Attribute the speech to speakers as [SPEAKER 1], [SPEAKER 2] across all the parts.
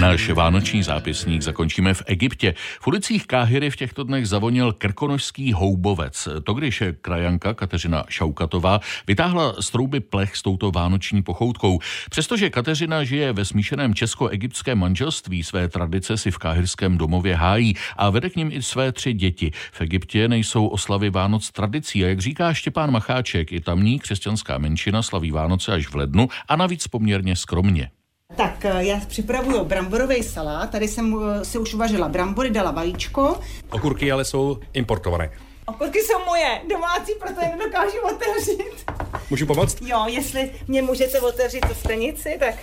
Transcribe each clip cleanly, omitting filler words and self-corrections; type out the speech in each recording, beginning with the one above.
[SPEAKER 1] Náš vánoční zápisník zakončíme v Egyptě. V ulicích Káhiry v těchto dnech zavonil krkonošský houbovec. To, když krajanka Kateřina Šaukatová vytáhla z trouby plech s touto vánoční pochoutkou. Přestože Kateřina žije ve smíšeném česko-egyptském manželství, své tradice si v káhirském domově hájí a vede k nim i své 3 děti. V Egyptě nejsou oslavy Vánoc tradicí a jak říká Štěpán Macháček, i tamní křesťanská menšina slaví Vánoce až v lednu a navíc poměrně skromně.
[SPEAKER 2] Tak já připravuju bramborový salát, tady jsem si už uvařila brambory, dala vajíčko.
[SPEAKER 3] Okurky ale jsou importované.
[SPEAKER 2] Okurky jsou moje, domácí, proto je nedokážu otevřít.
[SPEAKER 3] Můžu pomoct?
[SPEAKER 2] Jo, jestli mě můžete otevřít tu sklenici, tak.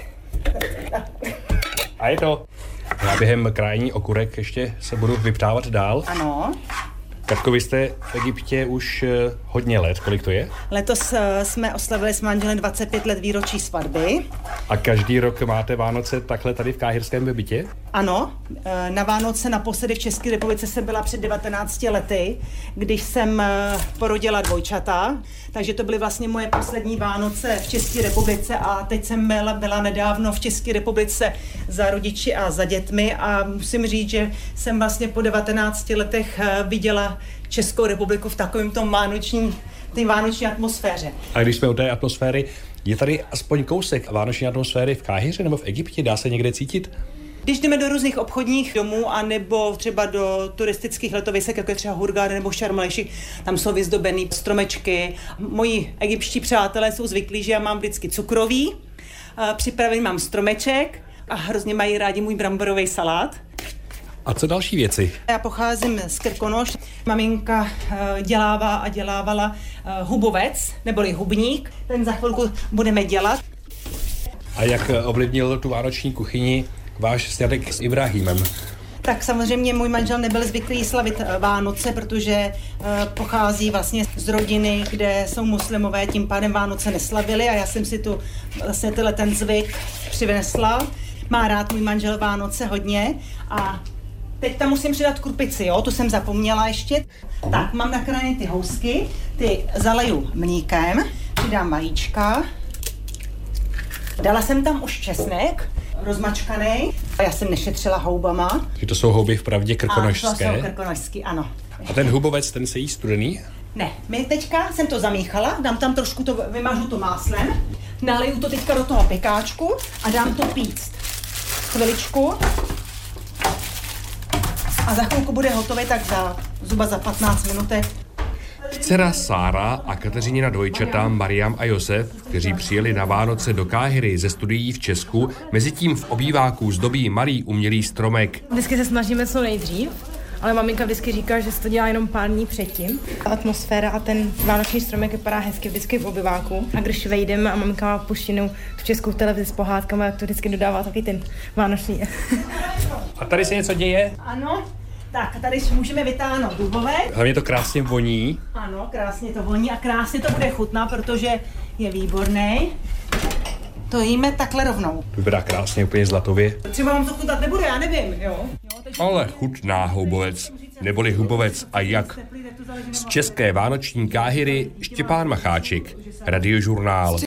[SPEAKER 3] A je to. Já během krájení okurek ještě se budu vyptávat dál.
[SPEAKER 2] Ano.
[SPEAKER 3] Katko, vy jste v Egyptě už hodně let, kolik to je?
[SPEAKER 2] Letos jsme oslavili s manželem 25 let výročí svatby.
[SPEAKER 3] A každý rok máte Vánoce takhle tady v káhirském bytě?
[SPEAKER 2] Ano, na Vánoce naposledy v České republice jsem byla před 19 lety, když jsem porodila dvojčata, takže to byly vlastně moje poslední Vánoce v České republice a teď jsem byla nedávno v České republice za rodiči a za dětmi a musím říct, že jsem vlastně po 19 letech viděla Českou republiku v takovém tom vánoční atmosféře.
[SPEAKER 3] A když jsme u té atmosféry, je tady aspoň kousek vánoční atmosféry v Káhiře nebo v Egyptě? Dá se někde cítit?
[SPEAKER 2] Když jdeme do různých obchodních domů a nebo třeba do turistických letovisek, jako je třeba Hurghada nebo Sharm el-Sheikh, tam jsou vyzdobený stromečky. Moji egyptští přátelé jsou zvyklí, že já mám vždycky cukroví, připravený mám stromeček a hrozně mají rádi můj bramborový salát.
[SPEAKER 3] A co další věci?
[SPEAKER 2] Já pocházím z Krkonoš. Maminka dělává a dělávala hubovec, neboli hubník. Ten za chvilku budeme dělat.
[SPEAKER 3] A jak ovlivnil tu vánoční kuchyni váš sňatek s Ibrahimem?
[SPEAKER 2] Tak samozřejmě můj manžel nebyl zvyklý slavit Vánoce, protože pochází vlastně z rodiny, kde jsou muslimové, tím pádem Vánoce neslavili a já jsem si ten zvyk přinesla. Má rád můj manžel Vánoce hodně a teď tam musím přidat kurpici, jo, tu jsem zapomněla ještě. Tak, mám nakrájené ty housky, ty zaleju mlíkem, přidám vajíčka. Dala jsem tam už česnek, rozmačkaný. Já jsem nešetřila houbama.
[SPEAKER 3] Že to jsou houby vpravdě krkonošské?
[SPEAKER 2] A to jsou krkonošský, ano.
[SPEAKER 3] A ten hubovec, ten se jí studený?
[SPEAKER 2] Ne, teďka jsem to zamíchala, dám tam trošku vymažu to máslem, naliju to teďka do toho pekáčku a dám to píct. Chviličku. A za chvilku bude hotový, tak zhruba za 15 minutek.
[SPEAKER 4] Dcera Sára a Kateřinina dvojčata Mariam a Josef, kteří přijeli na Vánoce do Káhiry ze studií v Česku, mezitím v obýváku zdobí malý umělý stromek.
[SPEAKER 5] Vždycky se snažíme co nejdřív, ale maminka vždycky říká, že se to dělá jenom pár dní předtím. Atmosféra a ten vánoční stromek vypadá hezky vždycky v obýváku. A když vejdeme a maminka má puštěnou tu českou televizi s pohádkami, tak to vždycky dodává taky ten vánoční.
[SPEAKER 3] A tady se něco děje?
[SPEAKER 2] Ano. Tak, tady můžeme vytáhnout dubovek.
[SPEAKER 3] Hlavně to krásně voní.
[SPEAKER 2] Ano, krásně to voní a krásně to bude chutná, protože je výborný. To jíme takhle rovnou.
[SPEAKER 3] Vypadá krásně, úplně zlatově.
[SPEAKER 2] Třeba vám to chutnat nebude, já nevím, jo?
[SPEAKER 4] Ale chutná houbovec, neboli hubovec a jak. Z české vánoční Káhiry Štěpán Macháček, Radiožurnál.